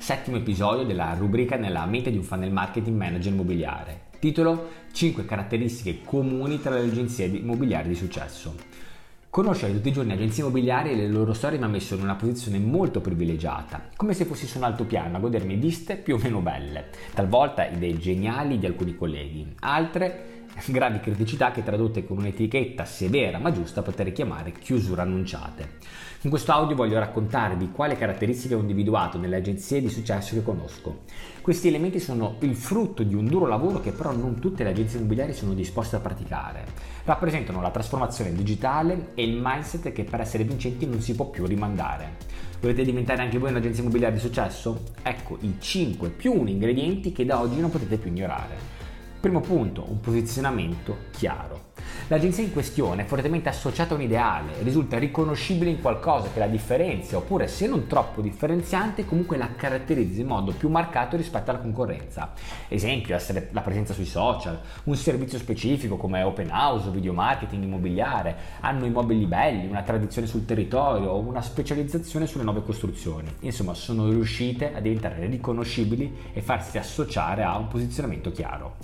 settimo episodio della rubrica Nella mente di un funnel marketing manager immobiliare. Titolo: 5 caratteristiche comuni tra le agenzie immobiliari di successo. Conoscere tutti i giorni agenzie immobiliari e le loro storie mi ha messo in una posizione molto privilegiata, come se fossi su un altopiano a godermi viste più o meno belle, talvolta idee geniali di alcuni colleghi, altre gravi criticità che tradotte con un'etichetta severa ma giusta potrei chiamare chiusure annunciate. In questo audio voglio raccontarvi quali caratteristiche ho individuato nelle agenzie di successo che conosco. Questi elementi sono il frutto di un duro lavoro che però non tutte le agenzie immobiliari sono disposte a praticare. Rappresentano la trasformazione digitale e il mindset che per essere vincenti non si può più rimandare. Volete diventare anche voi un'agenzia immobiliare di successo? Ecco i 5 più 1 ingredienti che da oggi non potete più ignorare. Primo punto, un posizionamento chiaro. L'agenzia in questione è fortemente associata a un ideale, risulta riconoscibile in qualcosa che la differenzia, oppure se non troppo differenziante, comunque la caratterizza in modo più marcato rispetto alla concorrenza. Esempio, essere la presenza sui social, un servizio specifico come open house o video marketing immobiliare, hanno immobili belli, una tradizione sul territorio o una specializzazione sulle nuove costruzioni. Insomma, sono riuscite a diventare riconoscibili e farsi associare a un posizionamento chiaro.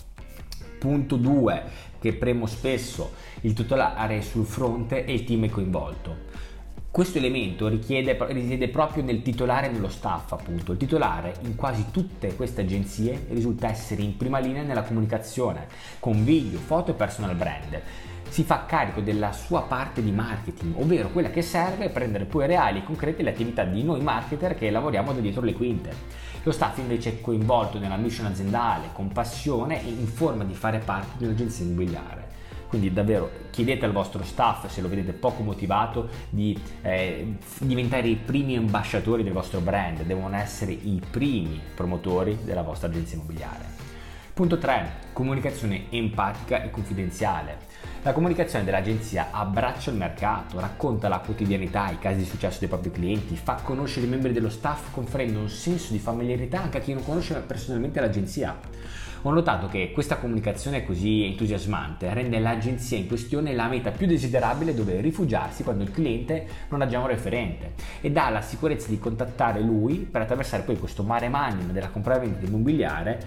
Punto 2, che premo spesso: il titolare sul fronte e il team è coinvolto. Questo elemento risiede proprio nel titolare e nello staff, appunto. Il titolare in quasi tutte queste agenzie risulta essere in prima linea nella comunicazione, con video, foto e personal brand. Si fa carico della sua parte di marketing, ovvero quella che serve per rendere poi reali e concrete le attività di noi marketer che lavoriamo da dietro le quinte. Lo staff invece è coinvolto nella mission aziendale, con passione e in forma di fare parte di un'agenzia immobiliare. Quindi davvero chiedete al vostro staff, se lo vedete poco motivato, di diventare i primi ambasciatori del vostro brand, devono essere i primi promotori della vostra agenzia immobiliare. Punto 3. Comunicazione empatica e confidenziale. La comunicazione dell'agenzia abbraccia il mercato, racconta la quotidianità, i casi di successo dei propri clienti, fa conoscere i membri dello staff conferendo un senso di familiarità anche a chi non conosce personalmente l'agenzia. Ho notato che questa comunicazione così entusiasmante rende l'agenzia in questione la meta più desiderabile dove rifugiarsi quando il cliente non ha già un referente e dà la sicurezza di contattare lui per attraversare poi questo mare magnum della compravendita immobiliare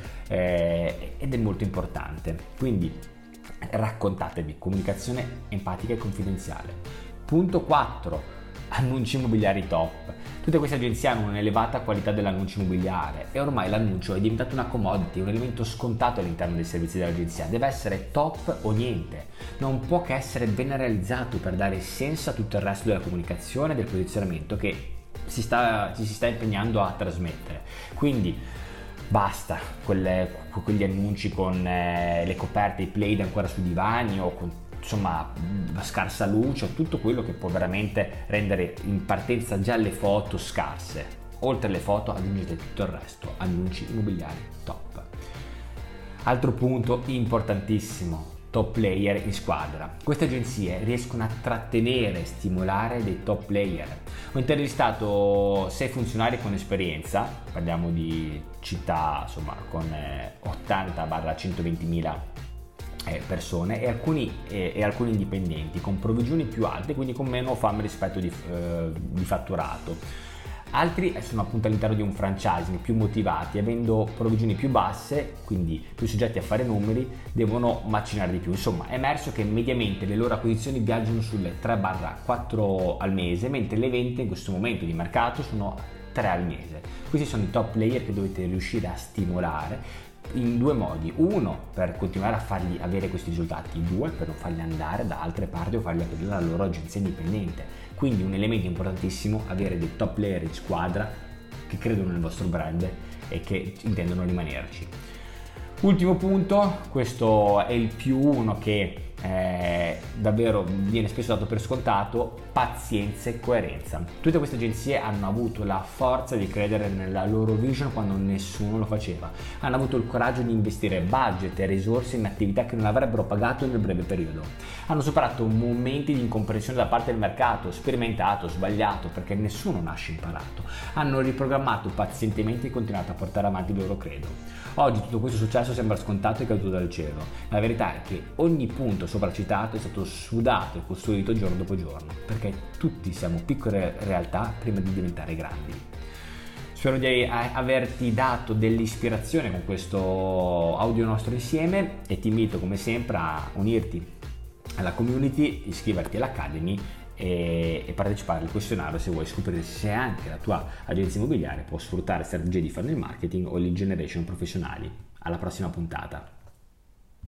ed è molto importante. Quindi raccontatevi, comunicazione empatica e confidenziale. Punto 4. Annunci immobiliari top. Tutte queste agenzie hanno un'elevata qualità dell'annuncio immobiliare e ormai l'annuncio è diventato una commodity, un elemento scontato all'interno dei servizi dell'agenzia. Deve essere top o niente, non può che essere ben realizzato per dare senso a tutto il resto della comunicazione e del posizionamento che ci si sta impegnando a trasmettere. Quindi basta quegli annunci con le coperte, i plaid ancora sui divani o con scarsa luce, tutto quello che può veramente rendere in partenza già le foto scarse. Oltre alle foto aggiungete tutto il resto, annunci immobiliari top. Altro punto importantissimo: top player in squadra. Queste agenzie riescono a trattenere e stimolare dei top player. Ho intervistato 6 funzionari con esperienza, parliamo di città con 80-120 mila persone e alcuni indipendenti con provvigioni più alte, quindi con meno fame rispetto di fatturato. Altri sono appunto all'interno di un franchising, più motivati, avendo provvigioni più basse, quindi più soggetti a fare numeri, devono macinare di più. Insomma, è emerso che mediamente le loro acquisizioni viaggiano sulle 3-4 al mese, mentre le vendite in questo momento di mercato sono 3 al mese. Questi sono i top player che dovete riuscire a stimolare in 2 modi: 1 per continuare a fargli avere questi risultati, 2 per non farli andare da altre parti o farli aprire la loro agenzia indipendente. Quindi un elemento importantissimo: avere dei top player in squadra che credono nel vostro brand e che intendono rimanerci. Ultimo punto, questo è il più 1 che davvero viene spesso dato per scontato: pazienza e coerenza. Tutte queste agenzie hanno avuto la forza di credere nella loro vision quando nessuno lo faceva, hanno avuto il coraggio di investire budget e risorse in attività che non avrebbero pagato nel breve periodo, hanno superato momenti di incomprensione da parte del mercato, sperimentato, sbagliato, perché nessuno nasce imparato, hanno riprogrammato pazientemente e continuato a portare avanti il loro credo. Oggi tutto questo successo sembra scontato e caduto dal cielo. La verità è che ogni punto sopracitato è stato sudato e costruito giorno dopo giorno, perché tutti siamo piccole realtà prima di diventare grandi. Spero di averti dato dell'ispirazione con questo audio nostro insieme e ti invito come sempre a unirti alla community, iscriverti all'Academy e partecipare al questionario se vuoi scoprire se anche la tua agenzia immobiliare può sfruttare strategie di funnel marketing o lead generation professionali. Alla prossima puntata.